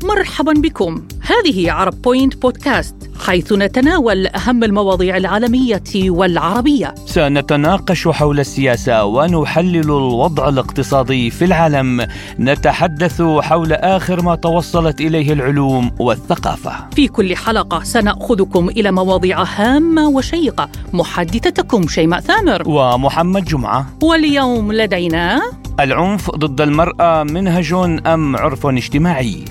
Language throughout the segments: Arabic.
مرحبا بكم. هذه عرب بوينت بودكاست، حيث نتناول أهم المواضيع العالمية والعربية. سنتناقش حول السياسة ونحلل الوضع الاقتصادي في العالم. نتحدث حول آخر ما توصلت إليه العلوم والثقافة. في كل حلقة سنأخذكم إلى مواضيع هامة وشيقة. محدثتكم شيماء ثامر ومحمد جمعة. واليوم لدينا العنف ضد المرأة منهج أم عرف اجتماعي؟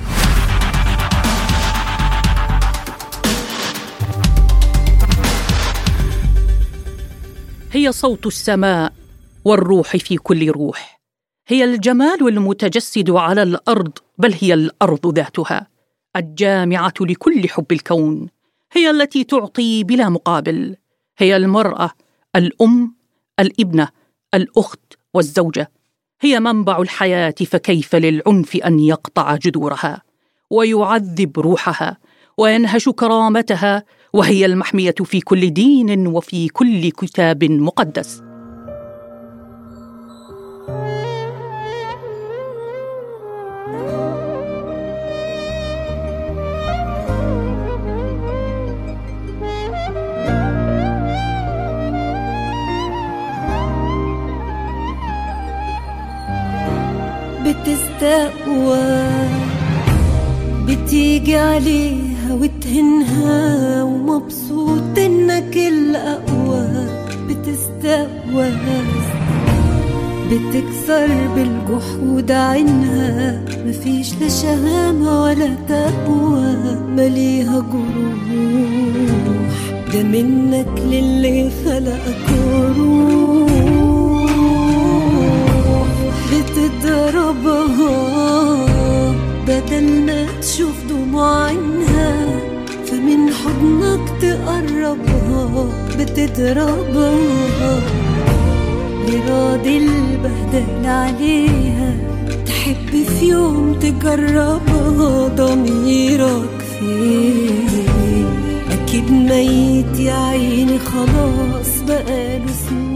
هي صوت السماء والروح في كل روح. هي الجمال المتجسد على الأرض، بل هي الأرض ذاتها، الجامعة لكل حب الكون. هي التي تعطي بلا مقابل. هي المرأة، الأم، الابنة، الأخت والزوجة. هي منبع الحياة، فكيف للعنف أن يقطع جذورها ويعذب روحها وينهش كرامتها؟ وهي المحمية في كل دين وفي كل كتاب مقدس. بتستقوى، بتيجي عليها وتهنها ومبسوط انك الأقوى. بتستقوى، بتكسر بالجحود عينها، مفيش لا شهامة ولا تقوى، مليها جروح. ده منك للي خلقك روح. بتضربها بدل ما تشوف دموع عينها، فمن حضنك تقربها. بتضربها لراضي البهدل عليها، تحب في يوم تجربها. ضميرك فين؟ أكيد ميت يا عيني، خلاص بقاله سنين.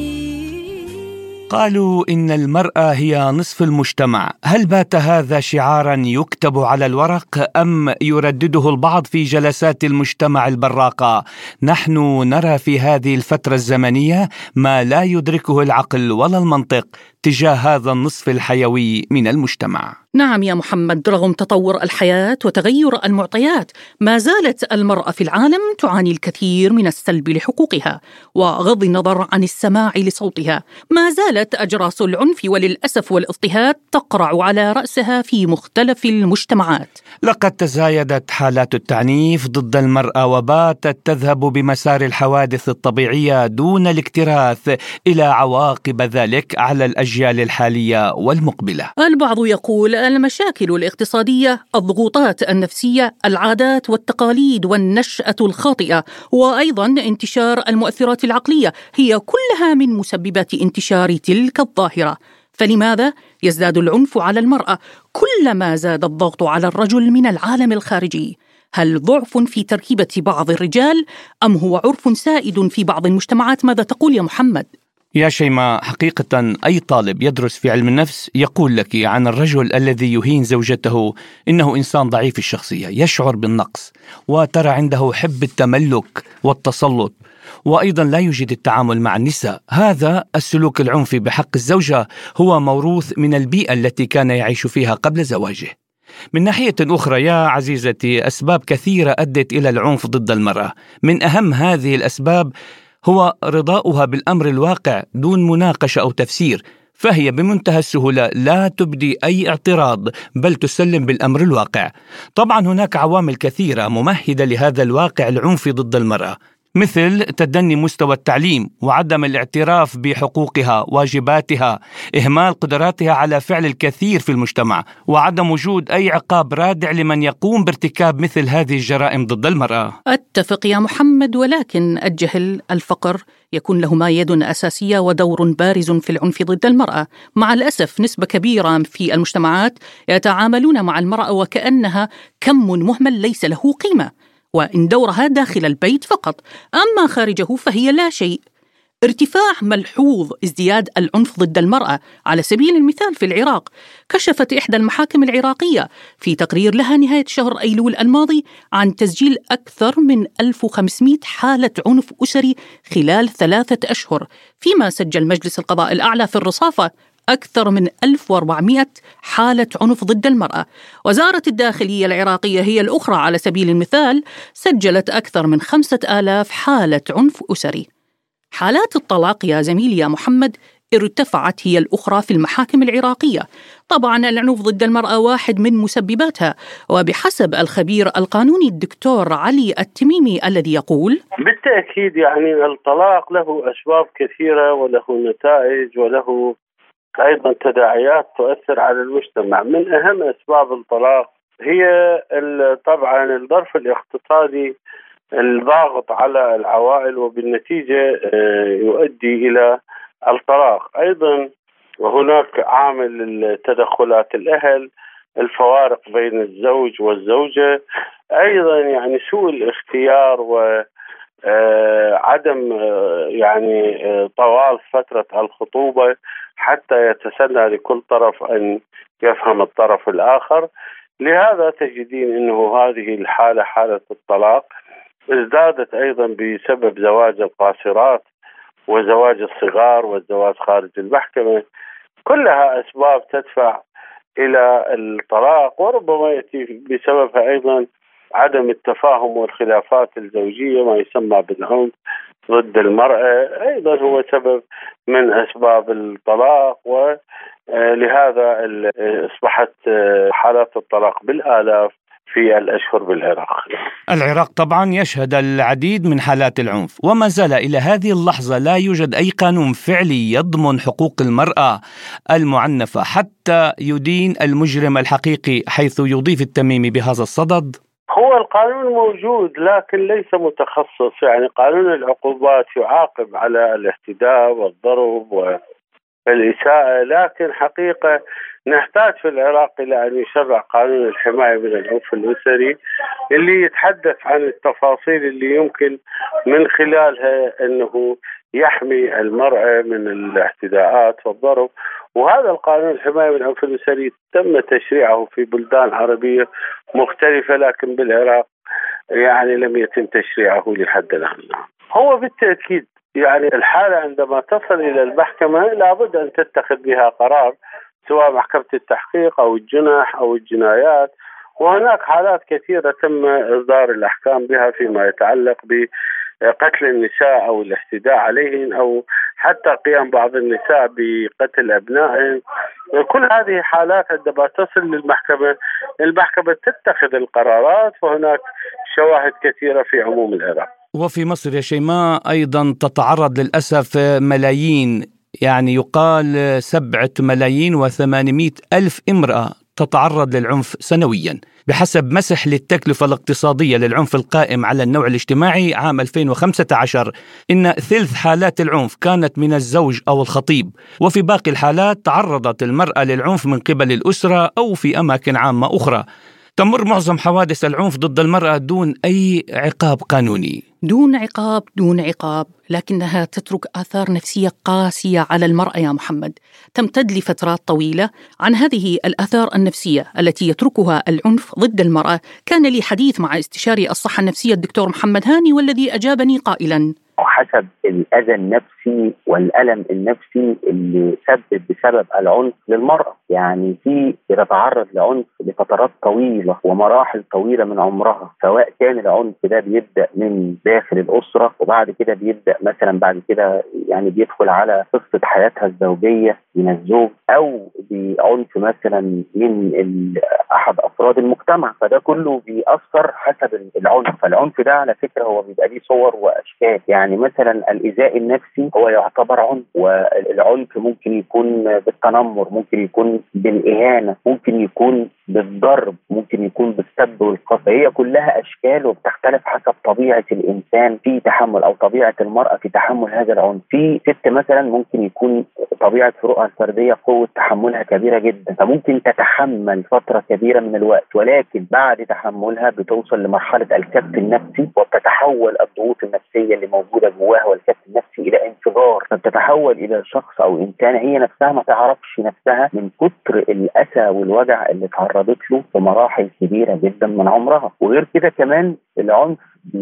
قالوا إن المرأة هي نصف المجتمع. هل بات هذا شعارا يكتب على الورق أم يردده البعض في جلسات المجتمع البراقة؟ نحن نرى في هذه الفترة الزمنية ما لا يدركه العقل ولا المنطق تجاه هذا النصف الحيوي من المجتمع. نعم يا محمد، رغم تطور الحياة وتغير المعطيات، ما زالت المرأة في العالم تعاني الكثير من السلب لحقوقها وغض النظر عن السماع لصوتها. ما زالت أجراس العنف وللأسف والاضطهاد تقرع على رأسها في مختلف المجتمعات. لقد تزايدت حالات التعنيف ضد المرأة وباتت تذهب بمسار الحوادث الطبيعية دون الاكتراث إلى عواقب ذلك على الأجيال الحالية والمقبلة. البعض يقول المشاكل الاقتصادية، الضغوطات النفسية، العادات والتقاليد والنشأة الخاطئة، وأيضا انتشار المؤثرات العقلية هي كلها من مسببات انتشار تلك الظاهرة. فلماذا يزداد العنف على المرأة كلما زاد الضغط على الرجل من العالم الخارجي؟ هل ضعف في تركيبة بعض الرجال أم هو عرف سائد في بعض المجتمعات؟ ماذا تقول يا محمد؟ يا شيماء، حقيقة أي طالب يدرس في علم النفس يقول لك عن الرجل الذي يهين زوجته إنه إنسان ضعيف الشخصية، يشعر بالنقص، وترى عنده حب التملك والتسلط، وأيضا لا يجيد التعامل مع النساء. هذا السلوك العنفي بحق الزوجة هو موروث من البيئة التي كان يعيش فيها قبل زواجه. من ناحية أخرى يا عزيزتي، أسباب كثيرة أدت إلى العنف ضد المرأة. من أهم هذه الأسباب هو رضاؤها بالأمر الواقع دون مناقشة أو تفسير، فهي بمنتهى السهولة لا تبدي أي اعتراض بل تسلم بالأمر الواقع. طبعا هناك عوامل كثيرة ممهدة لهذا الواقع العنفي ضد المرأة، مثل تدني مستوى التعليم وعدم الاعتراف بحقوقها واجباتها، إهمال قدراتها على فعل الكثير في المجتمع، وعدم وجود أي عقاب رادع لمن يقوم بارتكاب مثل هذه الجرائم ضد المرأة. أتفق يا محمد، ولكن الجهل، الفقر يكون لهما يد أساسية ودور بارز في العنف ضد المرأة. مع الأسف نسبة كبيرة في المجتمعات يتعاملون مع المرأة وكأنها كم مهمل ليس له قيمة، وإن دورها داخل البيت فقط، أما خارجه فهي لا شيء. ارتفاع ملحوظ ازدياد العنف ضد المرأة. على سبيل المثال في العراق، كشفت إحدى المحاكم العراقية في تقرير لها نهاية شهر أيلول الماضي عن تسجيل أكثر من 1500 حالة عنف أسري خلال 3 أشهر، فيما سجل مجلس القضاء الأعلى في الرصافة أكثر من 1400 حالة عنف ضد المرأة. وزارة الداخلية العراقية هي الأخرى على سبيل المثال، سجلت أكثر من 5000 حالة عنف أسري. حالات الطلاق يا زميلي يا محمد ارتفعت هي الأخرى في المحاكم العراقية. طبعا العنف ضد المرأة واحد من مسبباتها، وبحسب الخبير القانوني الدكتور علي التميمي الذي يقول: بالتأكيد يعني الطلاق له أسباب كثيرة وله نتائج وله أيضا تداعيات تؤثر على المجتمع. من أهم أسباب الطلاق هي طبعا الظرف الاقتصادي الضاغط على العوائل، وبالنتيجة يؤدي إلى الطلاق. أيضا وهناك عامل تدخلات الأهل، الفوارق بين الزوج والزوجة، أيضا يعني سوء الاختيار وعدم يعني طوال فترة الخطوبة حتى يتسنى لكل طرف أن يفهم الطرف الآخر. لهذا تجدين أنه هذه الحالة، حالة الطلاق، ازدادت أيضا بسبب زواج القاصرات وزواج الصغار والزواج خارج المحكمة. كلها أسباب تدفع إلى الطلاق، وربما يأتي بسببها أيضا عدم التفاهم والخلافات الزوجية، ما يسمى بالعنف ضد المرأة، أيضا هو سبب من أسباب الطلاق. ولهذا أصبحت حالات الطلاق بالآلاف في الأشهر بالعراق. العراق طبعا يشهد العديد من حالات العنف، وما زال إلى هذه اللحظة لا يوجد أي قانون فعلي يضمن حقوق المرأة المعنفة حتى يدين المجرم الحقيقي، حيث يضيف التميمي بهذا الصدد: هو القانون موجود لكن ليس متخصص. يعني قانون العقوبات يعاقب على الاعتداء والضرب والإساءة، لكن حقيقة نحتاج في العراق إلى أن يشرع قانون الحماية من العنف الأسري اللي يتحدث عن التفاصيل اللي يمكن من خلالها أنه يحمي المرأة من الاعتداءات والضرب. وهذا القانون الحماية من العنف الأسري تم تشريعه في بلدان عربية مختلفة، لكن بالعراق يعني لم يتم تشريعه لحد الآن. هو بالتأكيد يعني الحالة عندما تصل إلى المحكمة لابد أن تتخذ بها قرار، سواء محكمة التحقيق أو الجنح أو الجنايات. وهناك حالات كثيرة تم إصدار الأحكام بها فيما يتعلق بقتل النساء أو الاعتداء عليهن، أو حتى قيام بعض النساء بقتل أبنائهن. كل هذه حالات عندما تصل للمحكمة، المحكمة تتخذ القرارات، وهناك شواهد كثيرة في عموم العراق. وفي مصر يا شيماء أيضا تتعرض للأسف ملايين، يعني يقال 7,800,000 امرأة تتعرض للعنف سنويا، بحسب مسح للتكلفة الاقتصادية للعنف القائم على النوع الاجتماعي عام 2015. إن ثلث حالات العنف كانت من الزوج أو الخطيب، وفي باقي الحالات تعرضت المرأة للعنف من قبل الأسرة أو في أماكن عامة أخرى. تمر معظم حوادث العنف ضد المرأة دون أي عقاب قانوني. دون عقاب، لكنها تترك آثار نفسية قاسية على المرأة يا محمد، تمتد لفترات طويلة. عن هذه الآثار النفسية التي يتركها العنف ضد المرأة كان لي حديث مع استشاري الصحة النفسية الدكتور محمد هاني، والذي أجابني قائلا: وحسب الأذى النفسي والألم النفسي اللي سبب بسبب العنف للمرأة. يعني في بتتعرض لعنف لفترات طويلة ومراحل طويلة من عمرها، سواء كان العنف ده بيبدأ من داخل الأسرة، وبعد كده بيبدأ مثلا بعد كده يعني بيدخل على قصة حياتها الزوجية من الزوج، أو بعنف مثلا من أحد أفراد المجتمع. فده كله بيأثر حسب العنف. فالعنف ده على فكرة هو بيبقى ليه صور وأشكال. يعني مثلا الإيذاء النفسي هو يعتبر عنف، والعنف ممكن يكون بالتنمر، ممكن يكون بالإهانة، ممكن يكون بالضرب، ممكن يكون بالسب والقصف. هي كلها أشكال وبتختلف حسب طبيعة الإنسان في تحمل أو طبيعة المرأة في تحمل هذا العنف. في ست مثلا ممكن يكون طبيعة فروقها الفردية قوة تحملها كبيرة جدا، فممكن تتحمل فترة كبيرة من الوقت، ولكن بعد تحملها بتوصل لمرحلة الكبت النفسي، وبتتحول الضغوط النفسية اللي موجودة جواها والكبت النفسي إلى انفجار، فبتتحول إلى شخص أو إنسان هي نفسها ما تعرفش نفسها من كتر الأسى والوجع اللي تعرضت له في مراحل كبيرة جدا من عمرها. وغير كده كمان العنف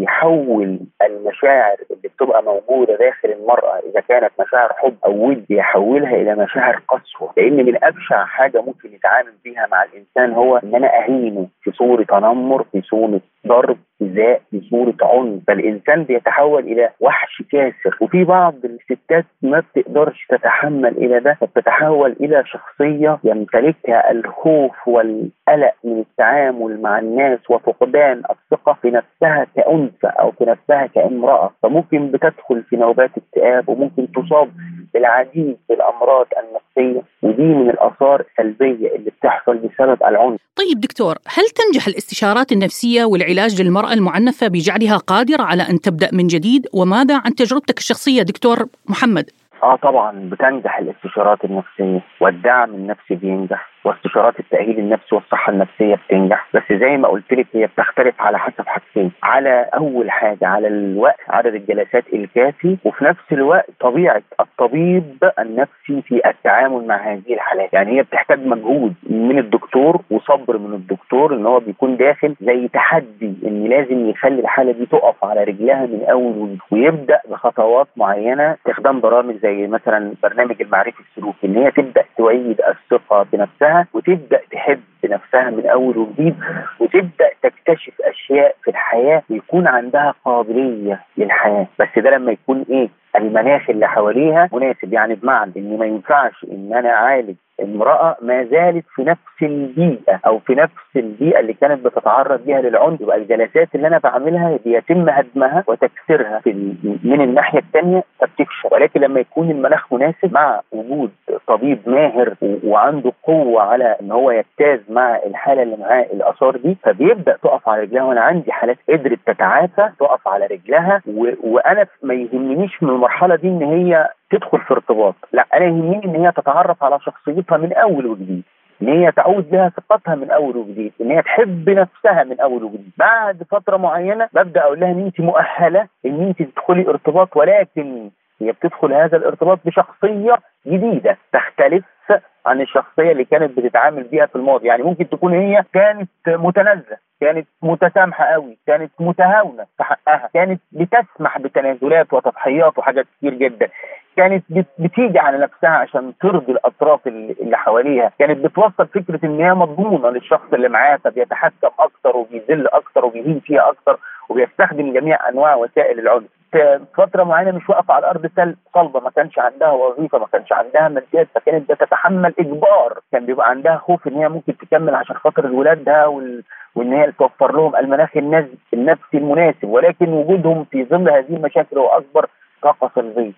بيحول المشاعر اللي بتبقى موجودة داخل المرأة إذا كانت مشاعر حب أو ود بيحولها إلى مشاعر قسوة، لأن من أبشع حاجة ممكن يتعامل بيها مع الإنسان هو إن أنا أهينه في صورة تنمر، في صورة ضرب، إيذاء، في صورة عنف، فالإنسان بيتحول إلى وحش كاسر. وفي بعض الستات ما بتقدرش تتحمل إلى ده، فبتتحول إلى شخصية يمتلكها الخوف والقلق من التعامل مع الناس وفقدان الثقة في نفسها كأنثى أو في نفسها كامرأة، فممكن بتدخل في نوبات اكتئاب وممكن تصاب بالعديد من الأمراض النفسية، ودي من الآثار السلبية اللي بتحصل بسبب العنف. طيب دكتور، هل تنجح الاستشارات النفسية والعلاج للمرأة المعنفة بجعلها قادرة على أن تبدأ من جديد؟ وماذا عن تجربتك الشخصية دكتور محمد؟ طبعا بتنجح الاستشارات النفسية، والدعم النفسي بينجح، واستشارات التأهيل النفسي والصحة النفسية بتنجح، بس زي ما قلت لك هي بتختلف على حسب حاجتين. على أول حاجة على الوقت، عدد الجلسات الكافي، وفي نفس الوقت طبيعة الطبيب النفسي في التعامل مع هذه الحالات. يعني هي بتحتاج مجهود من الدكتور وصبر من الدكتور، ان هو بيكون داخل زي تحدي ان لازم يخلي الحالة دي تقف على رجلها من أول وجديد، ويبدأ بخطوات معينة، استخدام برامج زي مثلا برنامج المعرفي السلوكي، ان هي تبدأ تعيد الثقة بنفسها وتبدأ تحب نفسها من أول وجديد، وتبدأ تكتشف أشياء في الحياة ويكون عندها قابلية للحياة. بس ده لما يكون المناخ اللي حواليها مناسب، يعني بمعنى ان ما ينفعش ان انا اعالج امرأة ما زالت في نفس البيئة او في نفس البيئة اللي كانت بتتعرض بيها للعنف، يبقى الجلسات اللي انا بعملها بيتم هدمها وتكسيرها من الناحية الثانية فبتفشل. ولكن لما يكون المناخ مناسب مع وجود طبيب ماهر وعنده قوة على ان هو يجتاز مع الحالة اللي معاه الآثار دي، فبيبدأ تقف على رجلها. وانا عندي حالات قدرت تتعافى تقف على رجلها، وانا ما يهمنيش من المرحلة دي ان هي تدخل في ارتباط، لا، انا يهمني ان هي تتعرف على شخصيتها من اول وجديد، ان هي تعود لها ثقتها من اول وجديد، ان هي تحب نفسها من اول وجديد. بعد فترة معينة ببدأ اقول لها ان انت مؤهلة ان انت تدخلي ارتباط، ولكن هي بتدخل هذا الارتباط بشخصية جديدة تختلف عن الشخصية اللي كانت بتتعامل بيها في الماضي. يعني ممكن تكون هي كانت متنازلة، كانت متسامحة قوي، كانت متهاونة في حقها، كانت بتسمح بتنازلات وتضحيات وحاجات كتير جدا، كانت بتيجي على نفسها عشان ترضي الأطراف اللي حواليها، كانت بتوصل فكرة ان هي مضمونة للشخص اللي معاها، فبيتحكم اكتر وبيذل اكتر وبيهين فيها اكتر وبيستخدم جميع انواع وسائل العنف. فترة معينة مش واقفة على الأرض صلبة، ما كانش عندها وظيفة، ما كانش عندها ماديات، فكانت بتتحمل إجبار، كان بيبقى عندها خوف إن هي ممكن تكمل عشان خاطر الولاد ده وإن هي توفر لهم المناخ النفسي المناسب، ولكن وجودهم في ظل هذه المشاكل هو أكبر طاقة سلبية.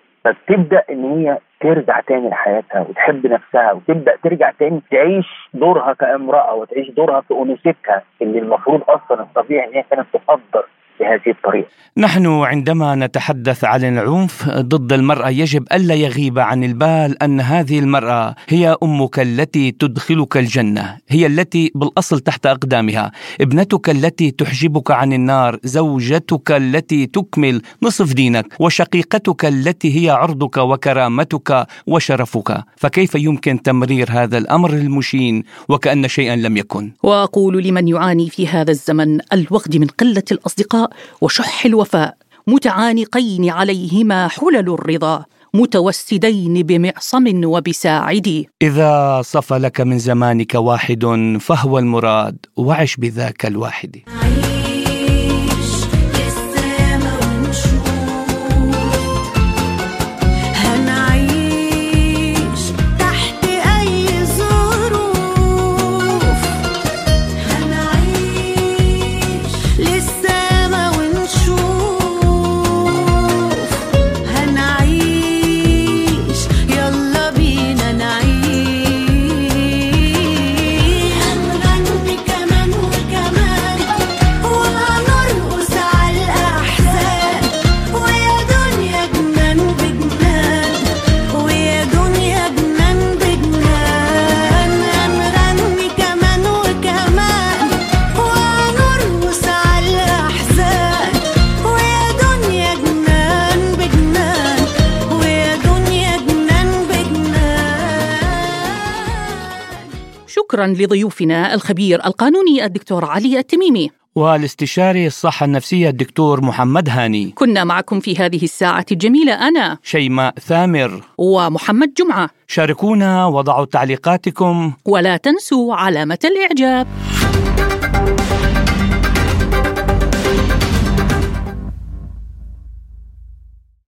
فتبدأ إن هي ترجع تاني لحياتها وتحب نفسها، وتبدأ ترجع تاني تعيش دورها كامرأة وتعيش دورها في أنوثتها اللي المفروض أصلا الطبيعي إن هي كانت تقدر بهذه الطريقة. نحن عندما نتحدث عن العنف ضد المرأة يجب ألا يغيب عن البال أن هذه المرأة هي أمك التي تدخلك الجنة، هي التي بالأصل تحت أقدامها، ابنتك التي تحجبك عن النار، زوجتك التي تكمل نصف دينك، وشقيقتك التي هي عرضك وكرامتك وشرفك. فكيف يمكن تمرير هذا الأمر المشين وكأن شيئا لم يكن؟ وأقول لمن يعاني في هذا الزمن الوغد من قلة الأصدقاء وشح الوفاء، متعانقين عليهما حلل الرضا، متوسدين بمعصم وبساعد. إذا صفى لك من زمانك واحد فهو المراد، وعش بذاك الواحد. هنعيش شكرا لضيوفنا الخبير القانوني الدكتور علي التميمي والاستشاري الصحة النفسية الدكتور محمد هاني. كنا معكم في هذه الساعة الجميلة أنا شيماء ثامر ومحمد جمعة. شاركونا وضعوا تعليقاتكم ولا تنسوا علامة الإعجاب.